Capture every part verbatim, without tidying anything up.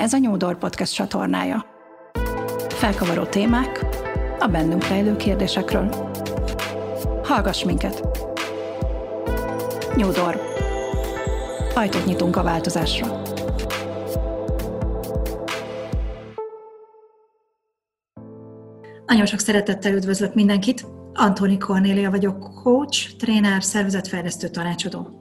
Ez a New Door Podcast csatornája. Felkavaró témák a bennünk rejlő kérdésekről. Hallgass minket! New Door. Ajtót nyitunk a változásra. Nagyon sok szeretettel üdvözlök mindenkit. Antoni Kornélia vagyok, coach, tréner, szervezetfejlesztő tanácsadó.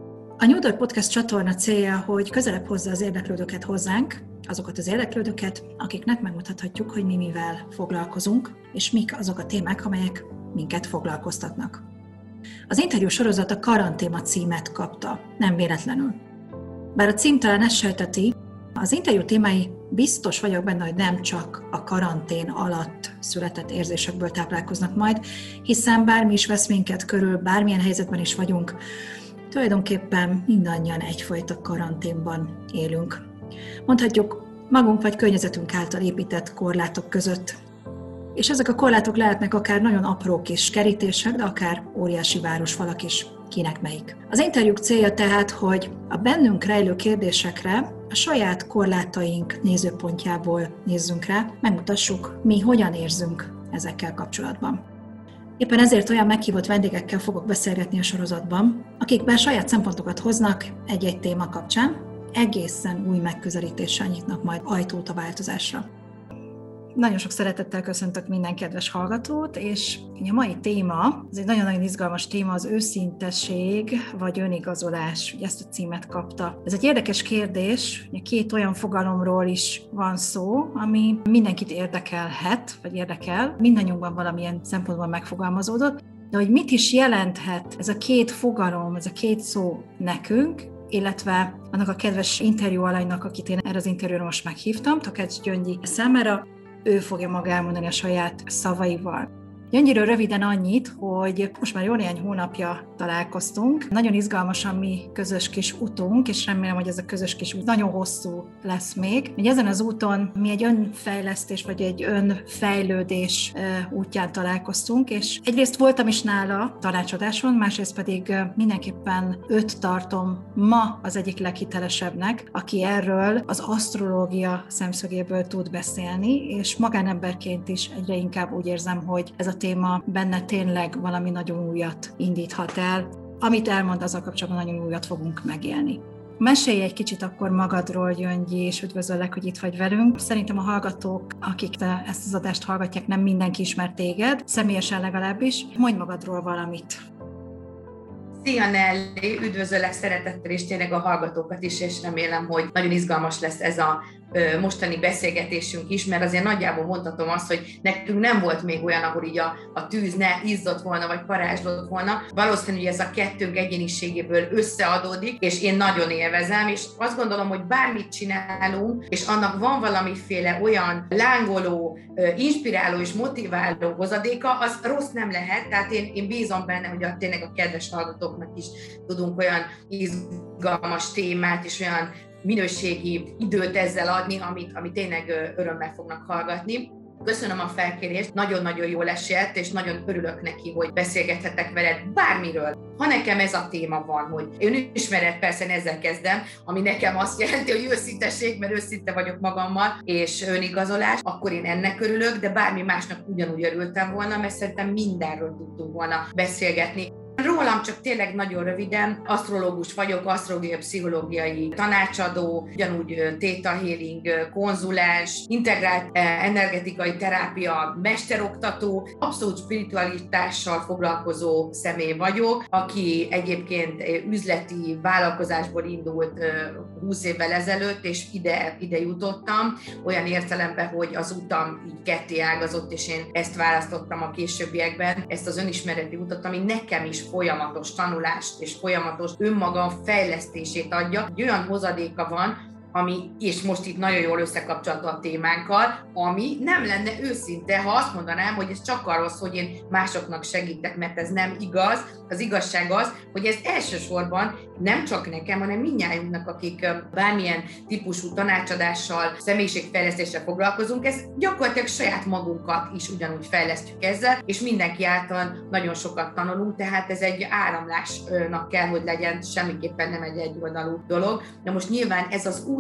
A New Door Podcast csatorna célja, hogy közelebb hozza az érdeklődőket hozzánk, azokat az érdeklődőket, akiknek megmutathatjuk, hogy mi mivel foglalkozunk, és mik azok a témák, amelyek minket foglalkoztatnak. Az interjú sorozat a Karantéma címet kapta, nem véletlenül. Bár a cím talán ezt sejteti, az interjú témái biztos vagyok benne, hogy nem csak a karantén alatt született érzésekből táplálkoznak majd, hiszen bármi is vesz minket körül, bármilyen helyzetben is vagyunk, tulajdonképpen mindannyian egyfajta karanténban élünk. Mondhatjuk, magunk vagy környezetünk által épített korlátok között. És ezek a korlátok lehetnek akár nagyon apró kis kerítések, de akár óriási városfalak is, kinek melyik. Az interjúk célja tehát, hogy a bennünk rejlő kérdésekre a saját korlátaink nézőpontjából nézzünk rá, megmutassuk, mi hogyan érzünk ezekkel kapcsolatban. Éppen ezért olyan meghívott vendégekkel fogok beszélgetni a sorozatban, akik bár saját szempontokat hoznak egy-egy téma kapcsán, egészen új megközelítéssel nyitnak majd ajtót a változásra. Nagyon sok szeretettel köszöntök minden kedves hallgatót, és a mai téma, ez egy nagyon-nagyon izgalmas téma, az őszintesség vagy önigazolás, ugye ezt a címet kapta. Ez egy érdekes kérdés, ugye két olyan fogalomról is van szó, ami mindenkit érdekelhet, vagy érdekel, mindannyiunkban valamilyen szempontból megfogalmazódott, de hogy mit is jelenthet ez a két fogalom, ez a két szó nekünk, illetve annak a kedves interjú alanynak, akit én erre az interjúra most meghívtam, Takács Gyöngyi számára, ő fogja maga elmondani a saját szavaival. Gyöngyiről röviden annyit, hogy most már jó néhány hónapja találkoztunk. Nagyon izgalmas a mi közös kis utunk, és remélem, hogy ez a közös kis út nagyon hosszú lesz még. Hogy ezen az úton mi egy önfejlesztés, vagy egy önfejlődés útján találkoztunk, és egyrészt voltam is nála tanácsadáson, másrészt pedig mindenképpen őt tartom ma az egyik leghitelesebbnek, aki erről az asztrológia szemszögéből tud beszélni, és magánemberként is egyre inkább úgy érzem, hogy ez a téma benne tényleg valami nagyon újat indíthat el. Amit elmond, azzal kapcsolatban nagyon újat fogunk megélni. Mesélj egy kicsit akkor magadról, Gyöngyi, és üdvözöllek, hogy itt vagy velünk. Szerintem a hallgatók, akik ezt az adást hallgatják, nem mindenki ismer téged, személyesen legalábbis. Mondj magadról valamit. Szia Nelly, üdvözöllek szeretettel, és tényleg a hallgatókat is, és remélem, hogy nagyon izgalmas lesz ez a mostani beszélgetésünk is, mert azért nagyjából mondhatom azt, hogy nekünk nem volt még olyan, ahol így a, a tűz ne izzott volna, vagy parázslott volna. Valószínűleg ez a kettőnk egyéniségéből összeadódik, és én nagyon élvezem, és azt gondolom, hogy bármit csinálunk, és annak van valamiféle olyan lángoló, inspiráló és motiváló hozadéka, az rossz nem lehet, tehát én, én bízom benne, hogy a, tényleg a kedves hallgatóknak is tudunk olyan izgalmas témát, és olyan minőségi időt ezzel adni, amit, amit tényleg örömmel fognak hallgatni. Köszönöm a felkérést, nagyon-nagyon jól esett, és nagyon örülök neki, hogy beszélgethetek veled bármiről. Ha nekem ez a téma van, hogy önismeret, persze ezzel kezdem, ami nekem azt jelenti, hogy őszintesség, mert őszinte vagyok magammal, és önigazolás, akkor én ennek örülök, de bármi másnak ugyanúgy örültem volna, mert szerintem mindenről tudtunk volna beszélgetni. Rólam csak tényleg nagyon röviden, asztrológus vagyok, asztrológiai pszichológiai tanácsadó, ugyanúgy Theta Healing konzulens, integrált energetikai terápia mesteroktató, abszolút spiritualitással foglalkozó személy vagyok, aki egyébként üzleti vállalkozásból indult húsz évvel ezelőtt, és ide, ide jutottam, olyan értelemben, hogy az utam így ketté ágazott, és én ezt választottam a későbbiekben, ezt az önismereti utat, ami nekem is folyamatos tanulást és folyamatos önmagam fejlesztését adja. Egy olyan hozadéka van, ami, és most itt nagyon jól összekapcsolható a témánkkal, ami nem lenne őszinte, ha azt mondanám, hogy ez csak arról szól, hogy én másoknak segítek, mert ez nem igaz. Az igazság az, hogy ez elsősorban nem csak nekem, hanem mindnyájunknak, akik bármilyen típusú tanácsadással, személyiségfejlesztéssel foglalkozunk, ez gyakorlatilag saját magunkat is ugyanúgy fejlesztjük ezzel, és mindenki által nagyon sokat tanulunk, tehát ez egy áramlásnak kell, hogy legyen, semmiképpen nem egy egyoldalú dolog. De most nyilván ez az út,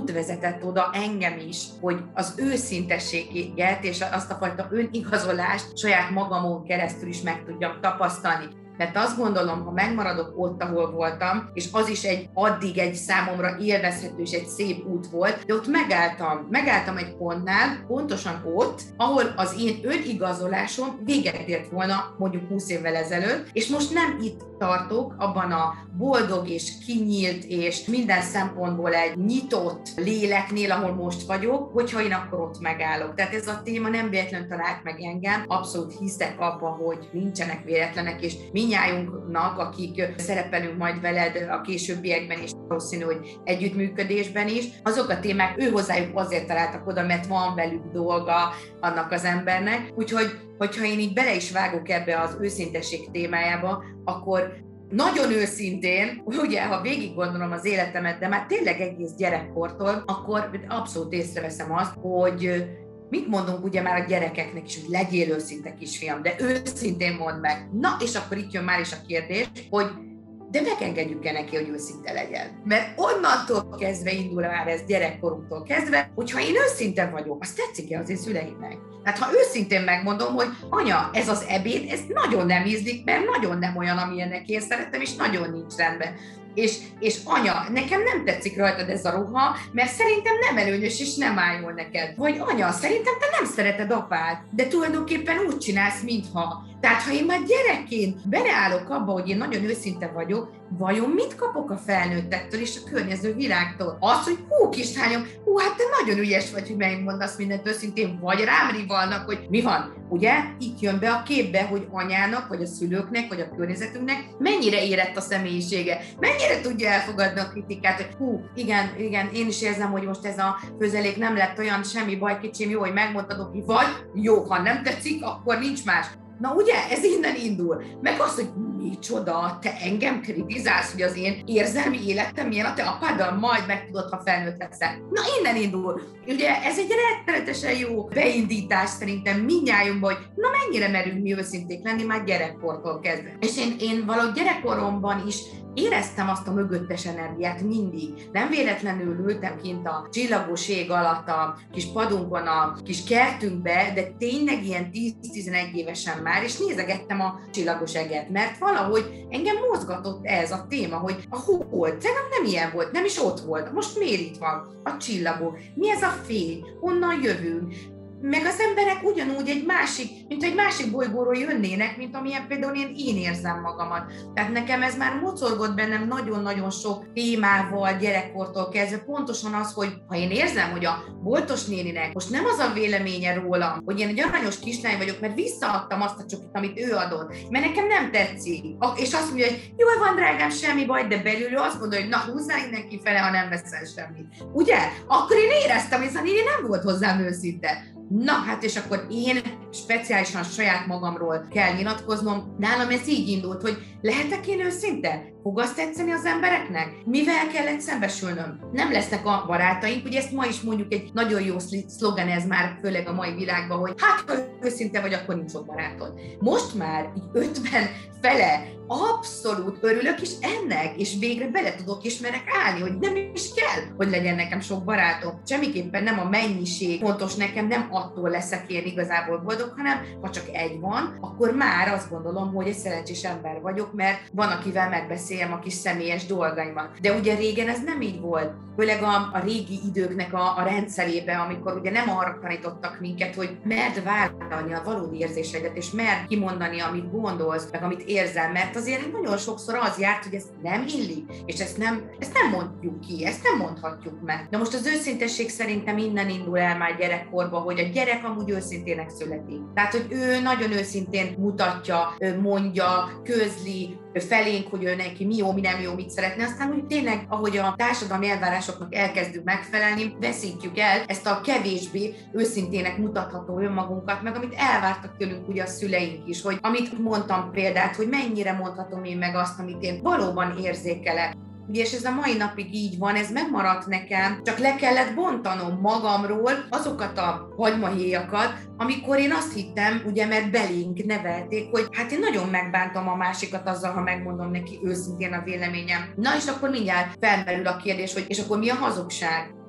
út vezetett oda engem is, hogy az őszintességet és azt a fajta önigazolást saját magamon keresztül is meg tudjam tapasztalni. Mert azt gondolom, ha megmaradok ott, ahol voltam, és az is egy addig egy számomra élvezhető és egy szép út volt, de ott megálltam. Megálltam egy pontnál, pontosan ott, ahol az én önigazolásom véget ért volna mondjuk húsz évvel ezelőtt, és most nem itt tartok, abban a boldog és kinyílt és minden szempontból egy nyitott léleknél, ahol most vagyok, hogyha én akkor ott megállok. Tehát ez a téma nem véletlenül talált meg engem. Abszolút hiszek abba, hogy nincsenek véletlenek, és mindnyájunknak, akik szerepelünk majd veled a későbbiekben is, valószínű, hogy együttműködésben is, azok a témák ő hozzájuk azért találtak oda, mert van velük dolga annak az embernek. Úgyhogy, hogyha én így bele is vágok ebbe az őszintesség témájába, akkor nagyon őszintén, ugye, ha végig gondolom az életemet, de már tényleg egész gyerekkortól, akkor abszolút észreveszem azt, hogy mit mondunk ugye már a gyerekeknek is, hogy legyél őszinte kisfiam, de őszintén mondd meg. Na, és akkor itt jön már is a kérdés, hogy de megengedjük-e neki, hogy őszinte legyen? Mert onnantól kezdve indul már ez gyerekkorunktól kezdve, hogyha én őszinte vagyok, az tetszik-e az én szüleimnek? Hát ha őszintén megmondom, hogy anya, ez az ebéd, ez nagyon nem ízlik, mert nagyon nem olyan, amilyennek én szerettem, és nagyon nincs rendben. És, és anya, nekem nem tetszik rajtad ez a ruha, mert szerintem nem előnyös, és nem áll jól neked. Vagy anya, szerintem te nem szereted apád, de tulajdonképpen úgy csinálsz, mintha. Tehát ha én már gyerekként beleállok abba, hogy én nagyon őszinte vagyok, vajon mit kapok a felnőttektől és a környező világtól? Az, hogy hú, kislányom, hú, hát te nagyon ügyes vagy, hogy megmondasz mindent őszintén, vagy rám rivalnak, hogy mi van. Ugye? Itt jön be a képbe, hogy anyának, vagy a szülőknek, vagy a környezetünknek mennyire érett a személyisége, mennyire tudja elfogadni a kritikát, hogy hú, igen, igen, én is érzem, hogy most ez a főzelék nem lett olyan, semmi baj, kicsim, jó, hogy megmondtad, hogy vagy, jó, ha nem tetszik, akkor nincs más. Na ugye, ez innen indul. Meg az, hogy micsoda, te engem kritizálsz, hogy az én érzelmi életem milyen a te apáddal, majd megtudod, ha felnőtt leszel. Na innen indul. Ugye ez egy rettenetesen jó beindítás szerintem mindnyájunkban, hogy na mennyire merünk mi őszinték lenni már gyerekkortól kezdve. És én, én valahogy gyerekkoromban is éreztem azt a mögöttes energiát mindig. Nem véletlenül ültem kint a csillagos ég alatt a kis padunkon, a kis kertünkbe, de tényleg ilyen tíz-tizenegy évesen már, és nézegettem a csillagos eget, mert valahogy engem mozgatott ez a téma, hogy a hold, tegnap nem ilyen volt, nem is ott volt, most miért itt van a csillagok, mi ez a fény, honnan jövünk, meg az emberek ugyanúgy egy másik, mint egy másik bolygóról jönnének, mint amilyen például én, én érzem magamat. Tehát nekem ez már mocorgott bennem nagyon-nagyon sok témával gyerekkortól kezdve, pontosan az, hogy ha én érzem, hogy a boltos néninek most nem az a véleménye rólam, hogy én egy aranyos kislány vagyok, mert visszaadtam azt a csokit, amit ő adott, mert nekem nem tetszik. És azt mondja, hogy jól van, drágám, semmi baj, de belül azt gondolja, hogy na, húzzál innen kifele, ha nem veszel semmit. Ugye? Akkor én éreztem, hogy ez a néni nem volt hozzám őszinte. Na, hát és akkor én speciálisan saját magamról kell nyilatkoznom. Nálam ez így indult, hogy lehetek én őszinte? Fog azt tetszeni az embereknek? Mivel kellett szembesülnöm? Nem lesznek a barátaink, ugye ezt ma is mondjuk egy nagyon jó szlogen ez már, főleg a mai világban, hogy hát ha őszinte vagy, akkor nincs sok barátod. Most már így ötven fele abszolút örülök is ennek, és végre bele tudok ismerek állni, hogy nem is kell, hogy legyen nekem sok barátom. Semmiképpen nem a mennyiség fontos nekem, nem attól leszek én igazából boldog, hanem ha csak egy van, akkor már azt gondolom, hogy egy szerencsés ember vagyok, mert van, akivel megbeszéljem a kis személyes dolgaimat. De ugye régen ez nem így volt. Főleg a, a régi időknek a, a rendszerében, amikor ugye nem arra tanítottak minket, hogy merd vállalni a valódi érzéseidet, és merd kimondani, amit gondolsz, meg amit érzel, mert azért nagyon sokszor az járt, hogy ez nem illik, és ezt nem, ezt nem mondjuk ki, ezt nem mondhatjuk meg. De most az őszintesség szerintem innen indul el már gyerekkorban, hogy a gyerek amúgy őszintének születik. Tehát, hogy ő nagyon őszintén mutatja, mondja, közli felénk, hogy ő neki mi jó, mi nem jó, mit szeretne. Aztán úgy tényleg, ahogy a társadalmi elvárásoknak elkezdünk megfelelni, veszítjük el ezt a kevésbé őszintének mutatható önmagunkat, meg amit elvártak tőlünk ugye a szüleink is, hogy amit mondtam példát, hogy mennyire mondhatom én meg azt, amit én valóban érzékelek. Ugye, és ez a mai napig így van, ez megmaradt nekem, csak le kellett bontanom magamról azokat a hagymahéjakat, amikor én azt hittem, ugye, mert belénk nevelték, hogy hát én nagyon megbántom a másikat azzal, ha megmondom neki őszintén a véleményem. Na és akkor mindjárt felmerül a kérdés, hogy és akkor mi a hazugság?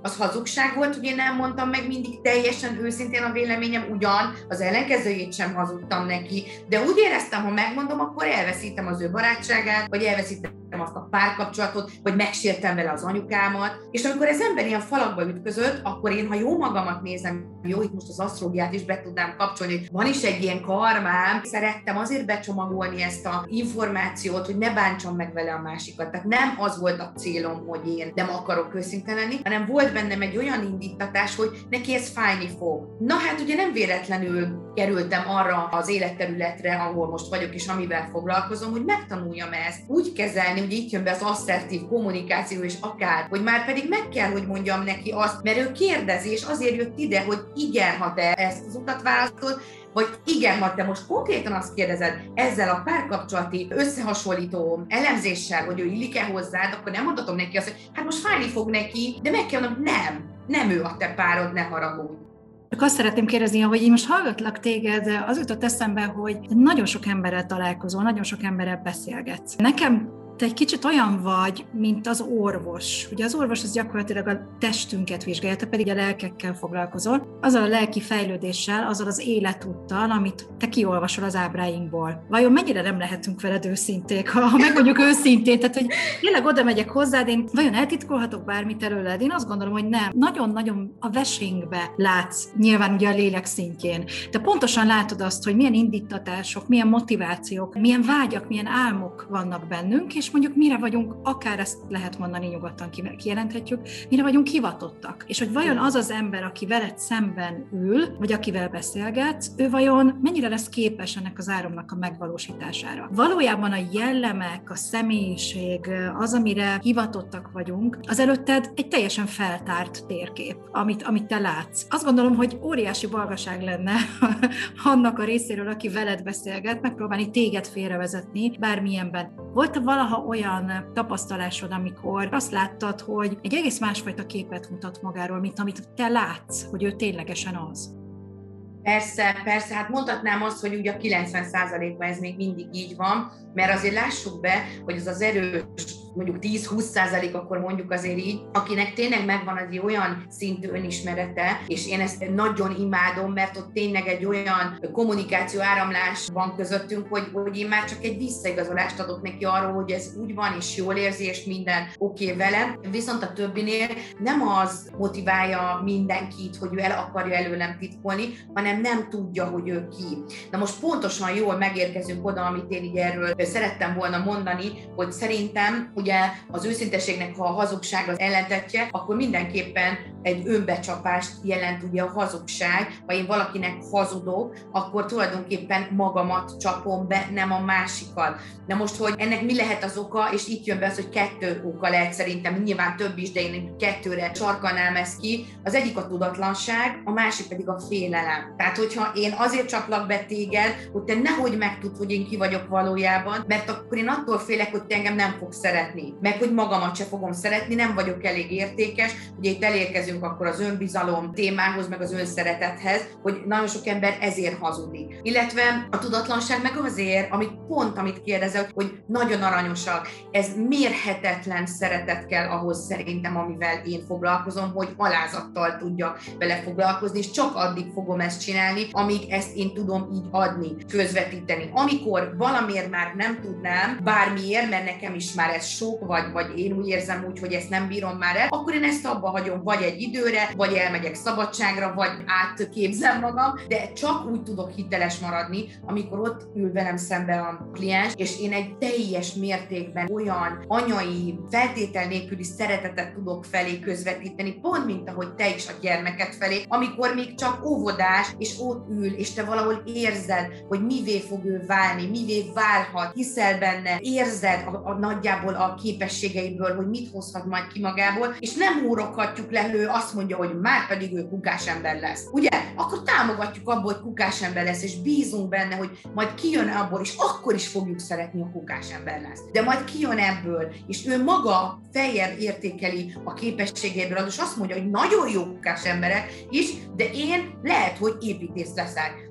Az hazugság volt, hogy én nem mondtam meg mindig teljesen őszintén a véleményem, ugyan az ellenkezőjét sem hazudtam neki, de úgy éreztem, ha megmondom, akkor elveszítem az ő barátságát, vagy elveszítem azt a párkapcsolatot, vagy megsértem vele az anyukámat. És amikor ez ember ilyen falakba ütközött, akkor én, ha jó magamat nézem, jó, itt most az asztrológiát is be tudnám kapcsolni, hogy van is egy ilyen karmám, szerettem azért becsomagolni ezt a információt, hogy ne bántsam meg vele a másikat. Tehát nem az volt a célom, hogy én nem akarok őszinte lenni, hanem volt bennem egy olyan indítatás, hogy neki ez fájni fog. Na hát ugye nem véletlenül kerültem arra az életterületre, ahol most vagyok és amivel foglalkozom, hogy megtanuljam ezt úgy kezelni, hogy itt jön be az asszertív kommunikáció és akár, hogy már pedig meg kell, hogy mondjam neki azt, mert ő kérdezi, és azért jött ide, hogy igen, ha te ezt az utat választod, vagy igen, ha te most konkrétan azt kérdezed ezzel a párkapcsolati összehasonlító elemzéssel, hogy ő illik-e hozzád, akkor nem mondhatom neki azt, hogy hát most fájni fog neki, de meg kell mondanom, nem, nem ő a te párod, ne haragudj. Csak azt szeretném kérdezni, hogy én most hallgatlak téged, az jutott eszembe, hogy nagyon sok emberrel találkozol, nagyon sok emberrel beszélgetsz. Nekem te egy kicsit olyan vagy, mint az orvos. Ugye az orvos az gyakorlatilag a testünket vizsgálja, te pedig a lelkekkel foglalkozol, azzal a lelki fejlődéssel, azzal az életúttal, amit te kiolvasol az ábráinkból. Vajon mennyire nem lehetünk veled őszinték, ha, ha megmondjuk őszintén, tehát hogy tényleg oda megyek hozzád, én vajon eltitkolhatok bármit előled? Én azt gondolom, hogy nem. Nagyon-nagyon a vesénkbe látsz, nyilván ugye a lélek szintjén. Te pontosan látod azt, hogy milyen indítatások, milyen motivációk, milyen vágyak, milyen álmok vannak bennünk, és mondjuk mire vagyunk, akár ezt lehet mondani, nyugodtan kijelenthetjük, mire vagyunk hivatottak. És hogy vajon az az ember, aki veled szemben ül, vagy akivel beszélgetsz, ő vajon mennyire lesz képes ennek az áramnak a megvalósítására. Valójában a jellemek, a személyiség, az, amire hivatottak vagyunk, az előtted egy teljesen feltárt térkép, amit, amit te látsz. Azt gondolom, hogy óriási balgaság lenne annak a részéről, aki veled beszélget, megpróbálni téged félrevezetni bármilyenben. Volt valaha olyan tapasztalásod, amikor azt láttad, hogy egy egész másfajta képet mutat magáról, mint amit te látsz, hogy ő ténylegesen az? Persze, persze, hát mondhatnám azt, hogy ugye a kilencven százalékban ez még mindig így van, mert azért lássuk be, hogy az az erős, mondjuk tíz-húsz százalék, akkor mondjuk azért így, akinek tényleg megvan az olyan szintű önismerete, és én ezt nagyon imádom, mert ott tényleg egy olyan kommunikáció áramlás van közöttünk, hogy, hogy én már csak egy visszaigazolást adok neki arról, hogy ez úgy van, és jól érzi, és minden oké okay vele. Viszont a többinél nem az motiválja mindenkit, hogy ő el akarja előlem titkolni, hanem nem tudja, hogy ő ki. Na most pontosan jól megérkezünk oda, amit én így erről szerettem volna mondani, hogy szerintem ugye az őszinteségnek, ha a hazugság az ellentetje, akkor mindenképpen egy önbecsapást jelent ugye a hazugság. Ha én valakinek hazudok, akkor tulajdonképpen magamat csapom be, nem a másikat. Na most, hogy ennek mi lehet az oka, és itt jön be az, hogy kettő oka lehet szerintem, nyilván több is, de én kettőre sarkalnám ezt ki. Az egyik a tudatlanság, a másik pedig a félelem. Tehát, hogyha én azért csaplak be téged, hogy te nehogy megtudd, hogy én ki vagyok valójában, mert akkor én attól félek, hogy te engem nem fogsz szeretni, meg hogy magamat se fogom szeretni, nem vagyok elég értékes. Ugye itt elérkezünk akkor az önbizalom témához, meg az önszeretethez, hogy nagyon sok ember ezért hazudik. Illetve a tudatlanság meg azért, amit pont, amit kérdezel, hogy nagyon aranyosak, ez mérhetetlen szeretet kell ahhoz szerintem, amivel én foglalkozom, hogy alázattal tudjak vele foglalkozni, és csak addig fogom ezt csinálni, amíg ezt én tudom így adni, közvetíteni. Amikor valamiért már nem tudnám, bármiért, mert nekem is már ez sok, vagy, vagy én úgy érzem úgy, hogy ezt nem bírom már el, akkor én ezt abba hagyom, vagy egy időre, vagy elmegyek szabadságra, vagy átképzem magam, de csak úgy tudok hiteles maradni, amikor ott ül velem szembe a kliens, és én egy teljes mértékben olyan anyai, feltétel nélküli szeretetet tudok felé közvetíteni, pont mint ahogy te is a gyermeket felé, amikor még csak óvodás, és ott ül, és te valahol érzed, hogy mivé fog ő válni, mivé válhat, hiszel benne, érzed a, a nagyjából a képességeiből, hogy mit hozhat majd ki magából, és nem húroghatjuk le, ő azt mondja, hogy már pedig ő kukásember lesz. Ugye? Akkor támogatjuk abból, hogy kukásember lesz, és bízunk benne, hogy majd kijön abból, és akkor is fogjuk szeretni, a kukásember lesz. De majd kijön ebből, és ő maga feljebb értékeli a képességéből, és azt mondja, hogy nagyon jó kukásemberek is, de én lehet, hogy építész leszek.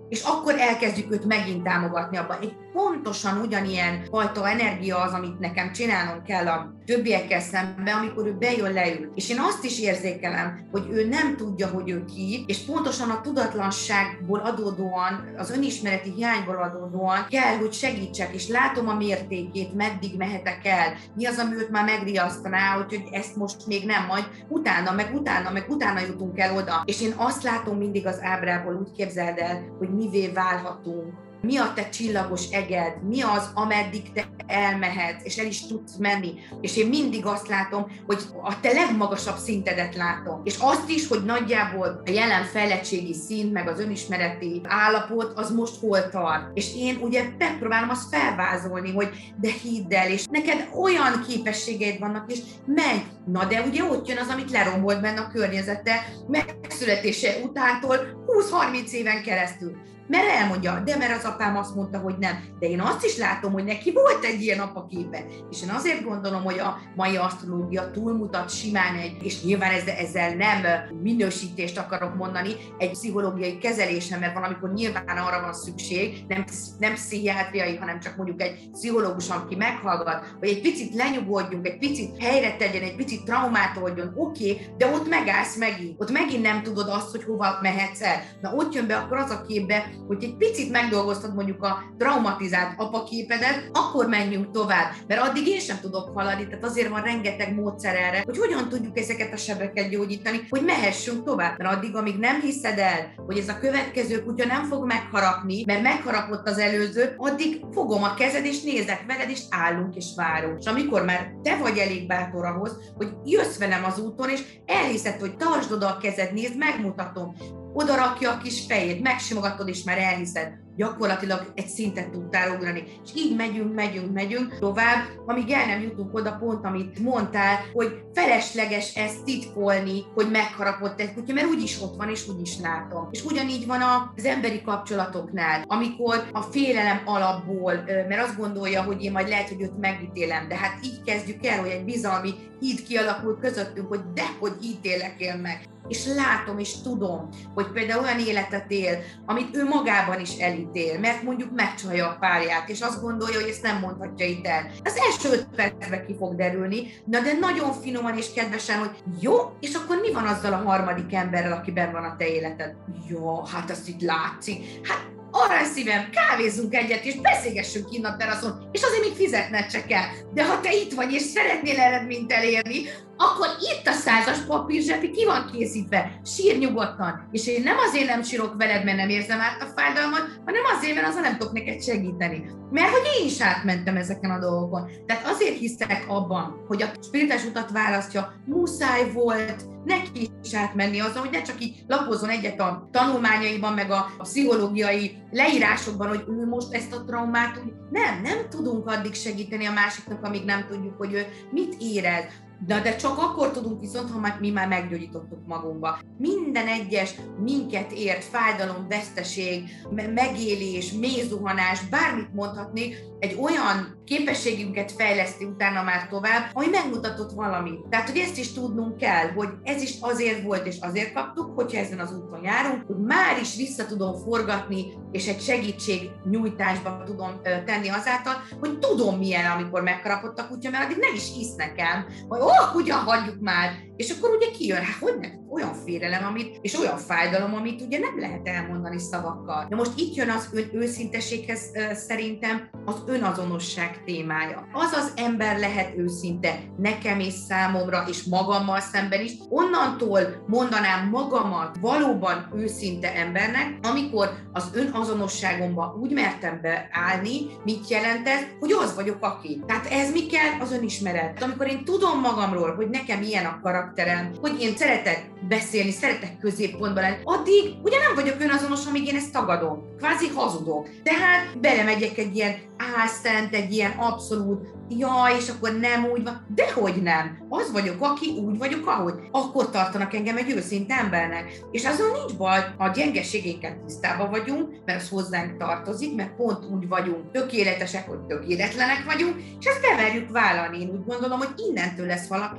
és akkor elkezdjük őt megint támogatni abban. Egy pontosan ugyanilyen fajta energia az, amit nekem csinálnom kell a többiekkel szemben, amikor ő bejön, leül. És én azt is érzékelem, hogy ő nem tudja, hogy ő ki, és pontosan a tudatlanságból adódóan, az önismereti hiányból adódóan kell, hogy segítsek, és látom a mértékét, meddig mehetek el, mi az, ami őt már megriasztaná, hogy, hogy ezt most még nem, majd utána, meg utána, meg utána jutunk el oda. És én azt látom mindig az ábrából, úgy képzeld el, hogy mivé válhatunk. Mi a te csillagos eged, mi az, ameddig te elmehetsz, és el is tudsz menni. És én mindig azt látom, hogy a te legmagasabb szintedet látom. És azt is, hogy nagyjából a jelen fejlettségi szint, meg az önismereti állapot, az most hol tart. És én ugye megpróbálom azt felvázolni, hogy de hidd el, és neked olyan képességeid vannak, és menj. Na de ugye ott jön az, amit lerombolt benne a környezete megszületése utántól húsz-harminc éven keresztül. Mert elmondja, de mert az apám azt mondta, hogy nem. De én azt is látom, hogy neki volt egy ilyen apaképe. És én azért gondolom, hogy a mai asztrológia túlmutat simán egy, és nyilván ezzel nem minősítést akarok mondani, egy pszichológiai kezelésen, mert van, amikor nyilván arra van szükség, nem, nem pszichiátriai, hanem csak mondjuk egy pszichológus, aki meghallgat, hogy egy picit lenyugodjunk, egy picit helyre tegyen, egy picit traumát oldjon, oké, okay, de ott megállsz megint. Ott megint nem tudod azt, hogy hova mehetsz el. Na ott jön be akkor az a képbe, hogy egy picit megdolgoztad mondjuk a traumatizált apaképedet, akkor menjünk tovább, mert addig én sem tudok haladni, tehát azért van rengeteg módszer erre, hogy hogyan tudjuk ezeket a sebeket gyógyítani, hogy mehessünk tovább, mert addig, amíg nem hiszed el, hogy ez a következő kutya nem fog megharapni, mert megharapott az előző, addig fogom a kezed, és nézek veled, és állunk, és várunk. És amikor már te vagy elég bátor ahhoz, hogy jössz velem az úton, és elhiszed, hogy tartsd oda a kezed, nézd, megmutatom, oda rakja a kis fejét, megsimogatod, és már elhiszed. Gyakorlatilag egy szintet tudtál ugrani. És így megyünk, megyünk, megyünk tovább, amíg el nem jutunk oda pont, amit mondtál, hogy felesleges ezt titkolni, hogy megharapott egy kutya, mert úgyis ott van, és úgyis látom. És ugyanígy van az emberi kapcsolatoknál, amikor a félelem alapból, mert azt gondolja, hogy én majd lehet, hogy őt megítélem, de hát így kezdjük el, hogy egy bizalmi híd kialakul közöttünk, hogy dehogy ítélek én meg. És látom, és tudom, hogy például olyan életet él, amit ő magában is elítél, mert mondjuk megcsalja a párját, és azt gondolja, hogy ezt nem mondhatja itt el. Az első öt percben ki fog derülni, na de nagyon finoman és kedvesen, hogy jó, és akkor mi van azzal a harmadik emberrel, aki benn van a te életed? Jó, hát azt itt látszik. Hát arany szívem, kávézzunk egyet, és beszélgessünk kinn a teraszon, és azért még fizetned se kell. De ha te itt vagy, és szeretnél eredményt elérni, akkor itt a százas papírzsepi ki van készítve, sír nyugodtan. És én nem azért nem sírok veled, mert nem érzem át a fájdalmat, hanem azért, mert azzal nem tudok neked segíteni. Mert hogy én is átmentem ezeken a dolgokon. Tehát azért hiszek abban, hogy a spirituális utat választja, muszáj volt neki is átmenni azon, hogy ne csak így lapozzon egyet a tanulmányaiban, meg a, a pszichológiai leírásokban, hogy ő most ezt a traumát, úgy nem, nem tudunk addig segíteni a másiknak, amíg nem tudjuk, hogy ő mit érez. De, de csak akkor tudunk viszont, ha már, mi már meggyógyítottuk magunkba. Minden egyes minket ért fájdalom, veszteség, megélés, mélyzuhanás, bármit mondhatnék, egy olyan képességünket fejleszti utána már tovább, ami megmutatott valamit. Tehát, hogy ezt is tudnunk kell, hogy ez is azért volt és azért kaptuk, hogyha ezen az úton járunk, hogy már is vissza tudom forgatni, és egy segítségnyújtásba tudom tenni azáltal, hogy tudom milyen, amikor megharapott a kutya, mert addig nem is hisz nekem, hogy ó, ugyan hagyjuk már, és akkor ugye kijön, hát hogy nem, olyan félelem, amit, és olyan fájdalom, amit ugye nem lehet elmondani szavakkal. Na most itt jön az ön őszinteséghez szerintem az önazonosság témája. Az az ember lehet őszinte nekem és számomra, és magammal szemben is. Onnantól mondanám magamat valóban őszinte embernek, amikor az önazonosságomba úgy mertem beállni, mit jelent ez, hogy az vagyok aki. Tehát ez mi kell? Az önismeret. Amikor én tudom magamról, hogy nekem ilyen a karakterem, hogy én szeretek beszélni, szeretek középpontban lenni, addig ugye nem vagyok önazonos, amíg én ezt tagadom. Kvázi hazudok. Tehát belemegyek egy ilyen álszent, egy ilyen abszolút, jaj, és akkor nem úgy van, dehogy nem. Az vagyok, aki úgy vagyok, ahogy. Akkor tartanak engem egy őszinte embernek. És azon nincs baj, ha a gyengeségénkkel tisztában vagyunk, mert az hozzánk tartozik, mert pont úgy vagyunk tökéletesek, hogy tökéletlenek vagyunk, és ezt bemerjük vállalni. Én úgy gondolom, hogy innentől lesz valaki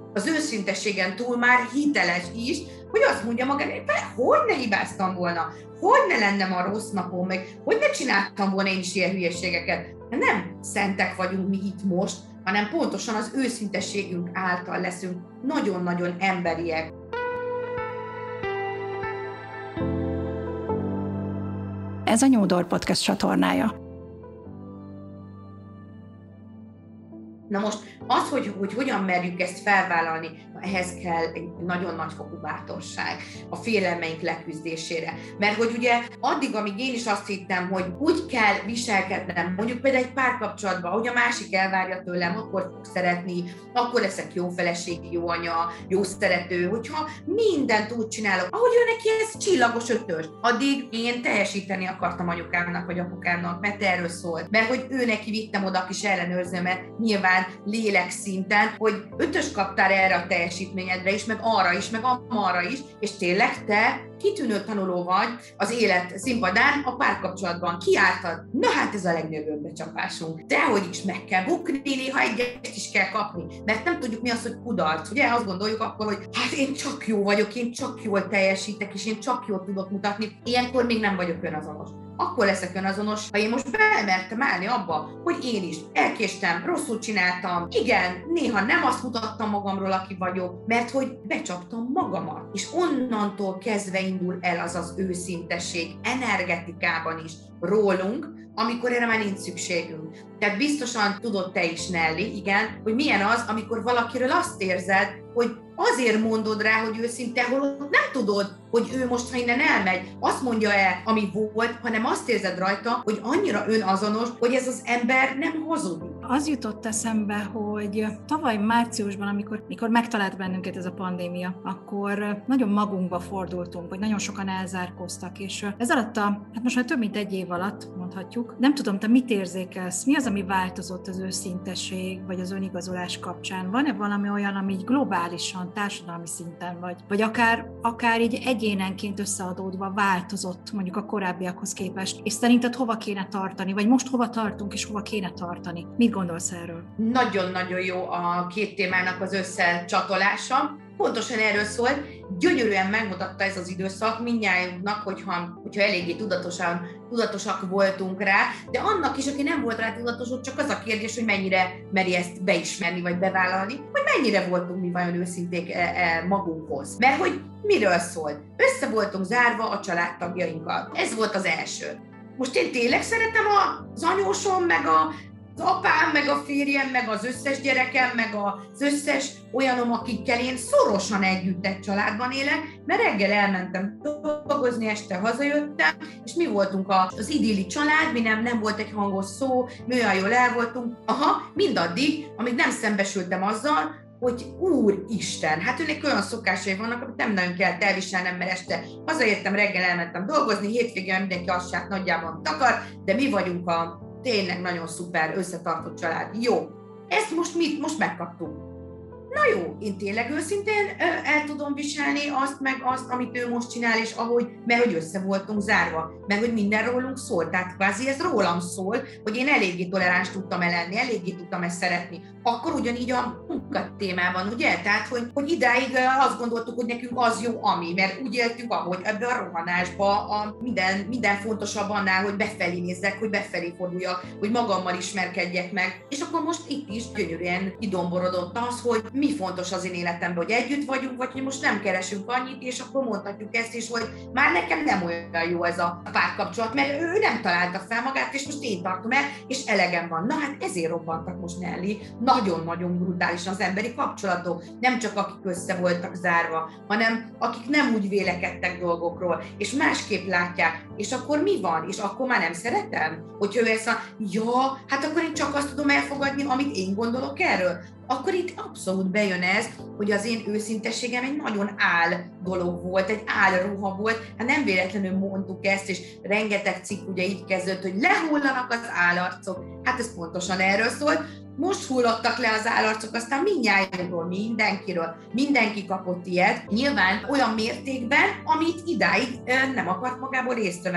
az őszintességen túl már hiteles is, hogy azt mondja magának, hogy ne hibáztam volna, hogy ne lennem a rossz napom, meg hogy ne csináltam volna én is ilyen hülyeségeket. Nem szentek vagyunk mi itt most, hanem pontosan az őszintességünk által leszünk nagyon-nagyon emberiek. Ez a New Door Podcast csatornája. Na most az, hogy, hogy hogyan merjük ezt felvállalni, ehhez kell egy nagyon nagy fokú bátorság a félelmeink leküzdésére. Mert hogy ugye addig, amíg én is azt hittem, hogy úgy kell viselkednem, mondjuk például egy párkapcsolatban, hogy a másik elvárja tőlem, akkor fog szeretni, akkor leszek jó feleség, jó anya, jó szerető, hogyha mindent úgy csinálok, ahogy ő neki ez csillagos ötös, addig én teljesíteni akartam anyukámnak vagy apukámnak, mert erről szólt. Mert hogy ő neki vittem oda a kis ellenőrzőmet, nyilván lélek szinten, hogy ötös kaptál erre a teljesítményedre is, meg arra is, meg amarra is, és tényleg te kitűnő tanuló vagy az élet színpadán, a párkapcsolatban kiálltad. Na hát ez a legnagyobb becsapásunk. Dehogy is meg kell bukni, néha egyet is kell kapni, mert nem tudjuk mi az, hogy kudarc. Ugye azt gondoljuk akkor, hogy hát én csak jó vagyok, én csak jól teljesítek, és én csak jól tudok mutatni. Ilyenkor még nem vagyok önazonos. Akkor leszek önazonos, ha én most belemertem állni abba, hogy én is elkéstem, rosszul csináltam, igen, néha nem azt mutattam magamról, aki vagyok, mert hogy becsaptam magamat. És onnantól kezdve indul el az az őszintesség energetikában is rólunk, amikor erre már nincs szükségünk. Tehát biztosan tudod te is, Nelly, igen, hogy milyen az, amikor valakiről azt érzed, hogy azért mondod rá, hogy őszinte, holott nem tudod, hogy ő most, ha innen elmegy, azt mondja el, ami volt, hanem azt érzed rajta, hogy annyira önazonos, hogy ez az ember nem hazudik. Az jutott eszembe, hogy tavaly márciusban, amikor, amikor megtalált bennünket ez a pandémia, akkor nagyon magunkba fordultunk, hogy nagyon sokan elzárkóztak, és ez alatt a, hát most már több mint egy év alatt mondhatjuk, nem tudom, te mit érzékelsz, mi az, ami változott az őszintesség, vagy az önigazolás kapcsán? Van-e valami olyan, ami így globálisan, társadalmi szinten, vagy, vagy akár, akár így egyénenként összeadódva változott mondjuk a korábbiakhoz képest, és szerinted hova kéne tartani, vagy most hova tartunk, és hova kéne tartani? Mit gondolsz erről? Nagyon-nagyon jó a két témának az összecsatolása. Pontosan erről szólt, gyönyörűen megmutatta ez az időszak mindnyájunknak, hogyha, hogyha eléggé tudatosan, tudatosak voltunk rá, de annak is, aki nem volt rá tudatos, csak az a kérdés, hogy mennyire meri ezt beismerni, vagy bevállalni, hogy mennyire voltunk mi vajon őszinték e, e, magunkhoz. Mert hogy miről szólt? Össze voltunk zárva a családtagjainkkal. Ez volt az első. Most én tényleg szeretem az anyósom, meg a az apám, meg a férjem, meg az összes gyerekem, meg az összes olyanom, akikkel én szorosan együtt egy családban élek, mert reggel elmentem dolgozni, este hazajöttem, és mi voltunk az idilli család, mi nem, nem volt egy hangos szó, mi olyan jól el voltunk. Aha, mindaddig, amíg nem szembesültem azzal, hogy Úristen, hát őnek olyan szokásai vannak, amit nem nagyon kell elviselnem, mert este hazaértem, reggel elmentem dolgozni, hétvégén mindenki asszát nagyjában takar, de mi vagyunk a tényleg nagyon szuper, összetartott család. Jó, ezt most mit? Most megkaptuk. Na jó, én tényleg őszintén el tudom viselni azt, meg azt, amit ő most csinál, és ahogy, mert hogy össze voltunk zárva, mert hogy minden rólunk szól, tehát kvázi ez rólam szól, hogy én eléggé toleráns tudtam lenni, eléggé tudtam ezt szeretni. Akkor ugyanígy a munkatémában, ugye? Tehát, hogy, hogy idáig azt gondoltuk, hogy nekünk az jó, ami, mert úgy éltünk, ahogy ebbe a rohanásba a minden, minden fontosabb annál, hogy befelé nézzek, hogy befelé forduljak, hogy magammal ismerkedjek meg. És akkor most itt is gyönyörűen kidomborodott az, hogy mi fontos az én életemben, hogy együtt vagyunk, vagy hogy most nem keresünk annyit, és akkor mondhatjuk ezt is, hogy már nekem nem olyan jó ez a párkapcsolat, mert ő nem találta fel magát, és most én tartom el, és elegem van. Na hát ezért robbantak most, Nelly, nagyon-nagyon brutálisan az emberi kapcsolatok, nem csak akik össze voltak zárva, hanem akik nem úgy vélekedtek dolgokról, és másképp látják, és akkor mi van? És akkor már nem szeretem? Hogyha ő ezt a, ja, hát akkor én csak azt tudom elfogadni, amit én gondolok erről. Akkor itt abszolút bejön ez, hogy az én őszintességem egy nagyon áll dolog volt, egy álruha volt, hát nem véletlenül mondtuk ezt, és rengeteg cikk ugye így kezdődött, hogy lehullanak az állarcok, hát ez pontosan erről szólt. Most hullottak le az állarcok, aztán mindnyájunkról, mindenkiről, mindenki kapott ilyet, nyilván olyan mértékben, amit idáig nem akart magából észrevenni.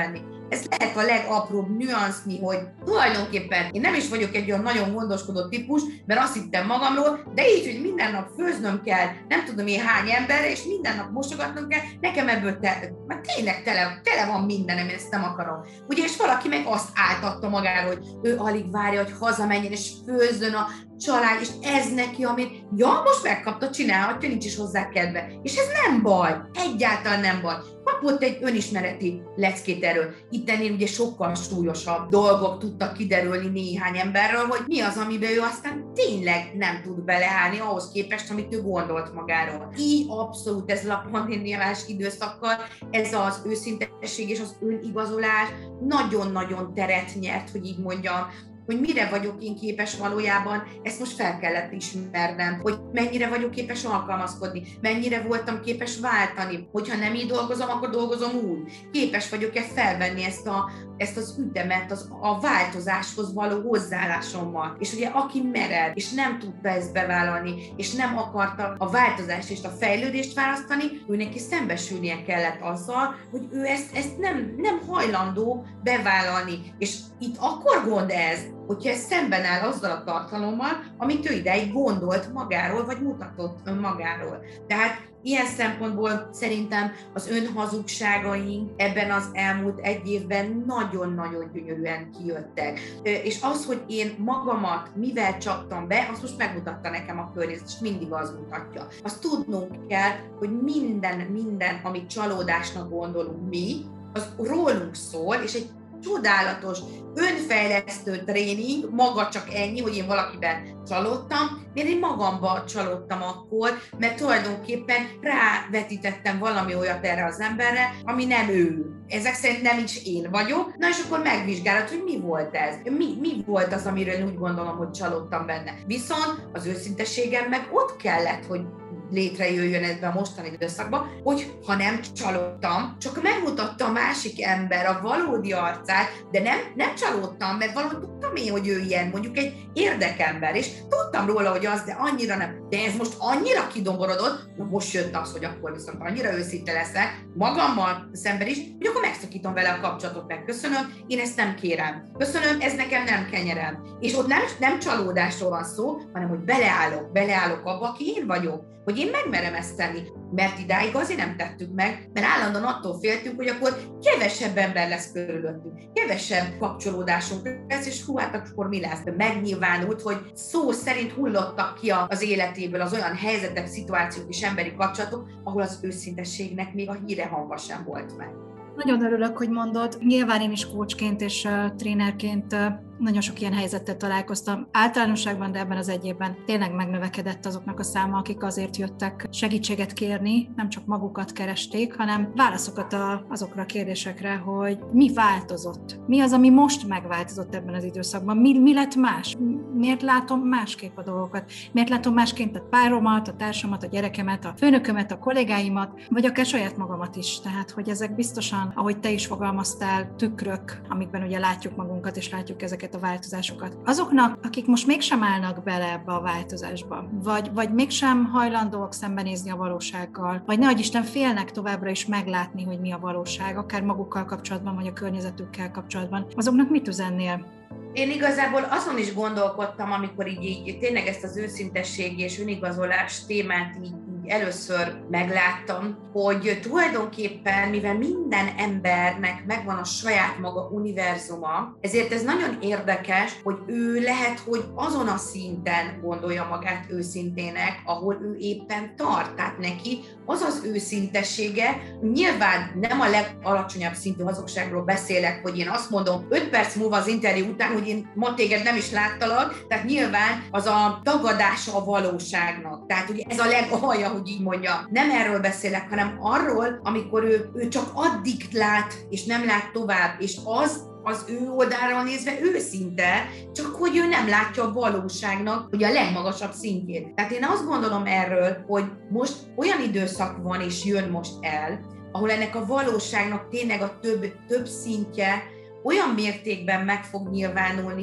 ez lehet a legapróbb nüansznyi, hogy tulajdonképpen én nem is vagyok egy olyan nagyon gondoskodó típus, mert azt hittem magamról, de így, hogy minden nap főznöm kell, nem tudom én hány emberre, és minden nap mosogatnom kell, nekem ebből te, mert tényleg tele, tele van mindenem, én ezt nem akarom. Ugye, és valaki meg azt áltatta magáról, hogy ő alig várja, hogy hazamenjen, és főzzön a család, és ez neki, amit, ja, most megkapta, csinálhatja, nincs is hozzá kedve. És ez nem baj, egyáltalán nem baj. Kapott egy önismereti leckét erről. Ittennél ugye sokkal súlyosabb dolgok tudtak kiderülni néhány emberről, hogy mi az, amiben ő aztán tényleg nem tud beleállni ahhoz képest, amit ő gondolt magáról. Így abszolút ezzel a pandémiás időszakkal ez az őszintesség és az önigazolás nagyon-nagyon teret nyert, hogy így mondjam, hogy mire vagyok én képes valójában, ezt most fel kellett ismernem, hogy mennyire vagyok képes alkalmazkodni, mennyire voltam képes váltani, hogyha nem így dolgozom, akkor dolgozom úgy. Képes vagyok-e felvenni ezt, a, ezt az ütemet az, a változáshoz való hozzáállásommal. És ugye aki mered, és nem tudta ezt bevállalni, és nem akarta a változást és a fejlődést választani, ő neki szembesülnie kellett azzal, hogy ő ezt, ezt nem, nem hajlandó bevállalni. És itt akkor gond ez, hogyha ez szemben áll azzal a tartalommal, amit ő ideig gondolt magáról, vagy mutatott önmagáról. Tehát ilyen szempontból szerintem az önhazugságaink ebben az elmúlt egy évben nagyon-nagyon gyönyörűen kijöttek. És az, hogy én magamat mivel csaptam be, azt most megmutatta nekem a környezet, és mindig az mutatja. Azt tudnunk kell, hogy minden, minden, amit csalódásnak gondolunk mi, az rólunk szól, és egy csodálatos, önfejlesztő tréning, maga csak ennyi, hogy én valakiben csalódtam, én én magamba csalódtam akkor, mert tulajdonképpen rávetítettem valami olyat erre az emberre, ami nem ő. Ezek szerint nem is én vagyok. Na és akkor megvizsgálod, hogy mi volt ez? Mi, mi volt az, amiről úgy gondolom, hogy csalódtam benne. Viszont az őszintességem meg ott kellett, hogy létrejöjjön ebben a mostani időszakban, hogy ha nem csalódtam, csak megmutatta a másik ember a valódi arcát, de nem, nem csalódtam, mert valahogy tudtam én, hogy ő ilyen, mondjuk egy érdekember, és tudtam róla, hogy az, de annyira nem. De ez most annyira kidomborodott, na most jött az, hogy akkor viszont annyira őszinte leszek, magammal szemben is, hogy akkor megszakítom vele a kapcsolatot, megköszönöm, én ezt nem kérem. Köszönöm, ez nekem nem kenyerem. És ott nem, nem csalódásról van szó, hanem hogy beleállok, beleállok abba, aki én vagyok, hogy én megmerem ezt tenni, mert idáig azért nem tettük meg, mert állandóan attól féltünk, hogy akkor kevesebb ember lesz körülöttünk, kevesebb kapcsolódásunk lesz, és hú, hát akkor mi lesz? Megnyilvánult, hogy szó szerint hullottak ki az életéből az olyan helyzetek, szituációk és emberi kapcsolatok, ahol az őszintességnek még a híre hangva sem volt meg. Nagyon örülök, hogy mondod. Nyilván én is coachként és uh, trénerként uh, nagyon sok ilyen helyzettel találkoztam. Általánosságban, de ebben az egy évben tényleg megnövekedett azoknak a száma, akik azért jöttek segítséget kérni, nem csak magukat keresték, hanem válaszokat a, azokra a kérdésekre, hogy mi változott, mi az, ami most megváltozott ebben az időszakban, mi, mi lett más, miért látom másképp a dolgokat, miért látom másként a páromat, a társamat, a gyerekemet, a főnökömet, a kollégáimat, vagy akár saját magamat is. Tehát, hogy ezek biztosan, ahogy te is fogalmaztál, tükrök, amikben ugye látjuk magunkat, és látjuk ezeket a változásokat. Azoknak, akik most mégsem állnak bele ebbe a változásba, vagy, vagy mégsem hajlandóak szembenézni a valósággal, vagy nehogy Isten félnek továbbra is meglátni, hogy mi a valóság, akár magukkal kapcsolatban, vagy a környezetükkel kapcsolatban, azoknak mit üzennél? Én igazából azon is gondolkodtam, amikor így, így tényleg ezt az őszintesség és önigazolás témát így, így először megláttam, hogy tulajdonképpen, mivel minden embernek megvan a saját maga univerzuma, ezért ez nagyon érdekes, hogy ő lehet, hogy azon a szinten gondolja magát őszintének, ahol ő éppen tart. Tehát neki az az őszintessége, nyilván nem a legalacsonyabb szintű hazugságról beszélek, hogy én azt mondom öt perc múlva az interjú után, hogy én ma téged nem is láttalak, tehát nyilván az a tagadása a valóságnak. Tehát ugye ez a legalja, hogy így mondja. Nem erről beszélek, hanem arról, amikor ő, ő csak addig lát, és nem lát tovább, és az az ő oldalról nézve őszinte, csak hogy ő nem látja a valóságnak, hogy a legmagasabb szintjét. Tehát én azt gondolom erről, hogy most olyan időszak van, és jön most el, ahol ennek a valóságnak tényleg a több, több szintje olyan mértékben meg fog nyilvánulni,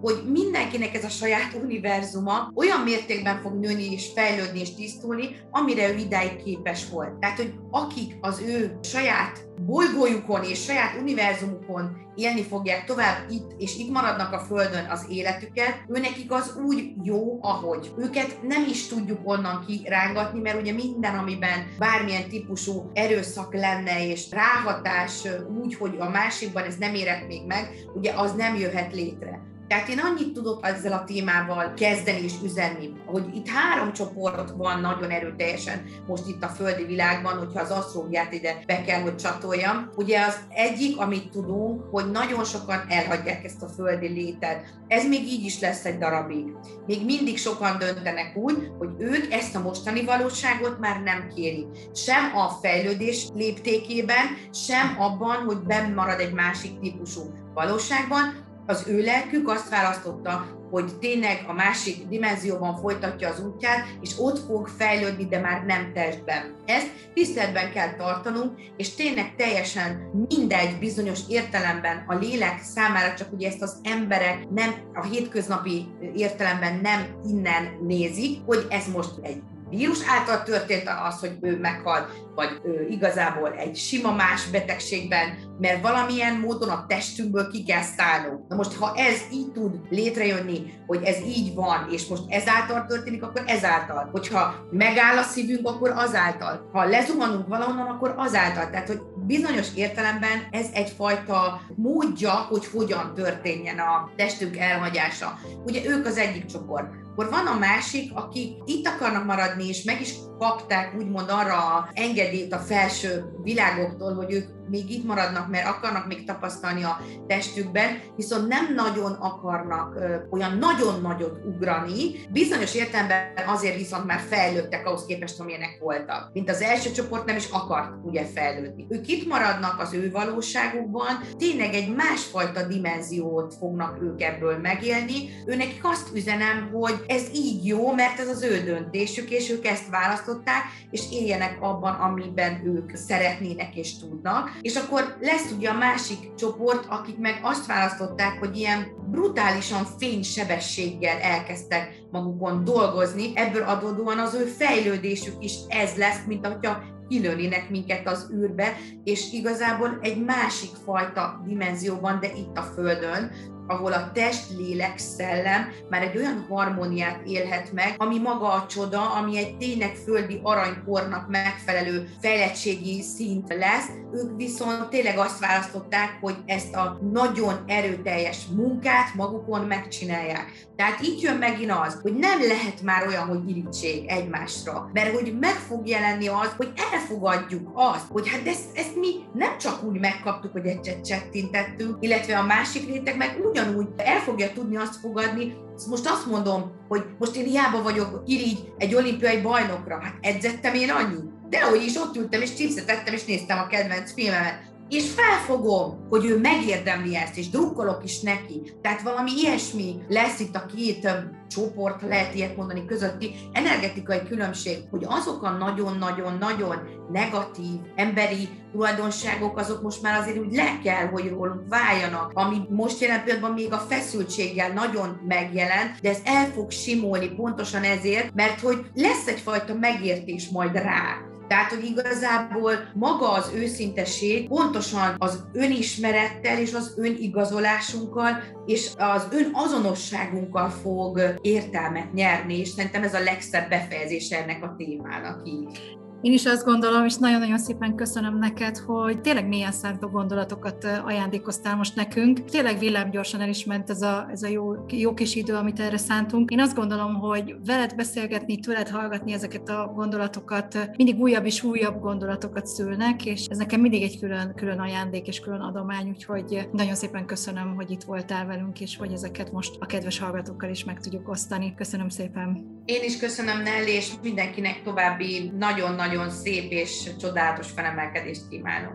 hogy mindenkinek ez a saját univerzuma olyan mértékben fog nőni és fejlődni és tisztulni, amire ő idáig képes volt. Tehát, hogy akik az ő saját bolygójukon és saját univerzumukon élni fogják tovább itt, és itt maradnak a Földön az életüket, őnekik az úgy jó, ahogy. Őket nem is tudjuk onnan kirángatni, mert ugye minden, amiben bármilyen típusú erőszak lenne, és ráhatás úgy, hogy a másikban ez nem érett még meg, ugye az nem jöhet létre. Tehát én annyit tudok ezzel a témával kezdeni és üzenni, hogy itt három csoport van nagyon erőteljesen most itt a földi világban, hogyha az asztrológiát ide be kell, hogy csatoljam. Ugye az egyik, amit tudunk, hogy nagyon sokan elhagyják ezt a földi létet. Ez még így is lesz egy darabig. Még mindig sokan döntenek úgy, hogy ők ezt a mostani valóságot már nem kérik. Sem a fejlődés léptékében, sem abban, hogy benn marad egy másik típusú valóságban. Az ő lelkük azt választotta, hogy tényleg a másik dimenzióban folytatja az útját, és ott fog fejlődni, de már nem testben. Ezt tiszteletben kell tartanunk, és tényleg teljesen mindegy bizonyos értelemben a lélek számára, csak ugye ezt az emberek nem a hétköznapi értelemben nem innen nézik, hogy ez most egy vírus által történt az, hogy ő meghalt, vagy ő igazából egy sima más betegségben, mert valamilyen módon a testünkből ki kell szállnunk. Na most, ha ez így tud létrejönni, hogy ez így van, és most ezáltal történik, akkor ezáltal. Hogyha megáll a szívünk, akkor azáltal. Ha lezuhanunk valahonnan, akkor azáltal. Tehát, hogy bizonyos értelemben ez egyfajta módja, hogy hogyan történjen a testünk elhagyása. Ugye ők az egyik csoport. Akkor van a másik, akik itt akarnak maradni, és meg is kapták úgymond arra a engedélyt a felső világoktól, hogy ők még itt maradnak, mert akarnak még tapasztalni a testükben, viszont nem nagyon akarnak ö, olyan nagyon nagyot ugrani, bizonyos értelemben azért viszont már fejlődtek ahhoz képest, amilyenek voltak. Mint az első csoport nem is akart ugye fejlődni. Ők itt maradnak az ő valóságukban, tényleg egy másfajta dimenziót fognak ők ebből megélni. Őnekik azt üzenem, hogy ez így jó, mert ez az ő döntésük, és ők ezt választották, és éljenek abban, amiben ők szeretnének és tudnak. És akkor lesz ugye a másik csoport, akik meg azt választották, hogy ilyen brutálisan fénysebességgel elkezdtek magukon dolgozni, ebből adódóan az ő fejlődésük is ez lesz, mint ahogyha kilőnének minket az űrbe, és igazából egy másik fajta dimenzióban, de itt a Földön, ahol a test, lélek, szellem már egy olyan harmóniát élhet meg, ami maga a csoda, ami egy tényleg földi aranykornak megfelelő fejlettségi szint lesz. Ők viszont tényleg azt választották, hogy ezt a nagyon erőteljes munkát magukon megcsinálják. Tehát itt jön megint az, hogy nem lehet már olyan, hogy irítség egymásra, mert hogy meg fog jelenni az, hogy elfogadjuk azt, hogy hát ezt, ezt mi nem csak úgy megkaptuk, hogy egyet csettintettünk, illetve a másik réteg meg ugyanúgy el fogja tudni azt fogadni. Most azt mondom, hogy most én hiába vagyok irigy egy olimpiai bajnokra, hát edzettem én annyit. Dehogy is ott ültem, és chipset ettem, és néztem a kedvenc filmemet. És felfogom, hogy ő megérdemli ezt, és drukkolok is neki. Tehát valami ilyesmi lesz itt a két csoport, lehet ilyet mondani, közötti energetikai különbség, hogy azok a nagyon-nagyon-nagyon negatív emberi tulajdonságok, azok most már azért úgy le kell, hogy rólunk váljanak, ami most jelen pillanatban még a feszültséggel nagyon megjelent, de ez el fog simulni pontosan ezért, mert hogy lesz egyfajta megértés majd rá. Tehát, hogy igazából maga az őszintesség pontosan az önismerettel és az önigazolásunkkal és az önazonosságunkkal fog értelmet nyerni, és szerintem ez a legszebb befejezése ennek a témának így. Én is azt gondolom, és nagyon-nagyon szépen köszönöm neked, hogy tényleg mélyen szántó gondolatokat ajándékoztál most nekünk. Tényleg villámgyorsan el is ment ez a, ez a jó, jó kis idő, amit erre szántunk. Én azt gondolom, hogy veled beszélgetni, tőled hallgatni ezeket a gondolatokat, mindig újabb és újabb gondolatokat szülnek, és ez nekem mindig egy külön, külön ajándék és külön adomány, úgyhogy nagyon szépen köszönöm, hogy itt voltál velünk, és hogy ezeket most a kedves hallgatókkal is meg tudjuk osztani. Köszönöm szépen. Én is köszönöm, Nelly, és mindenkinek további nagyon-nagyon nagyon szép és csodálatos felemelkedést kívánok.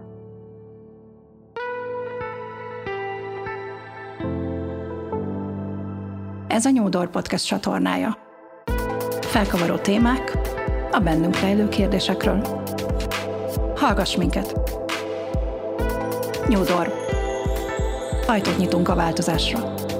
Ez a New Door Podcast csatornája. Felkavaró témák a bennünk rejlő kérdésekről. Hallgass minket! New Door. Ajtót nyitunk a változásra.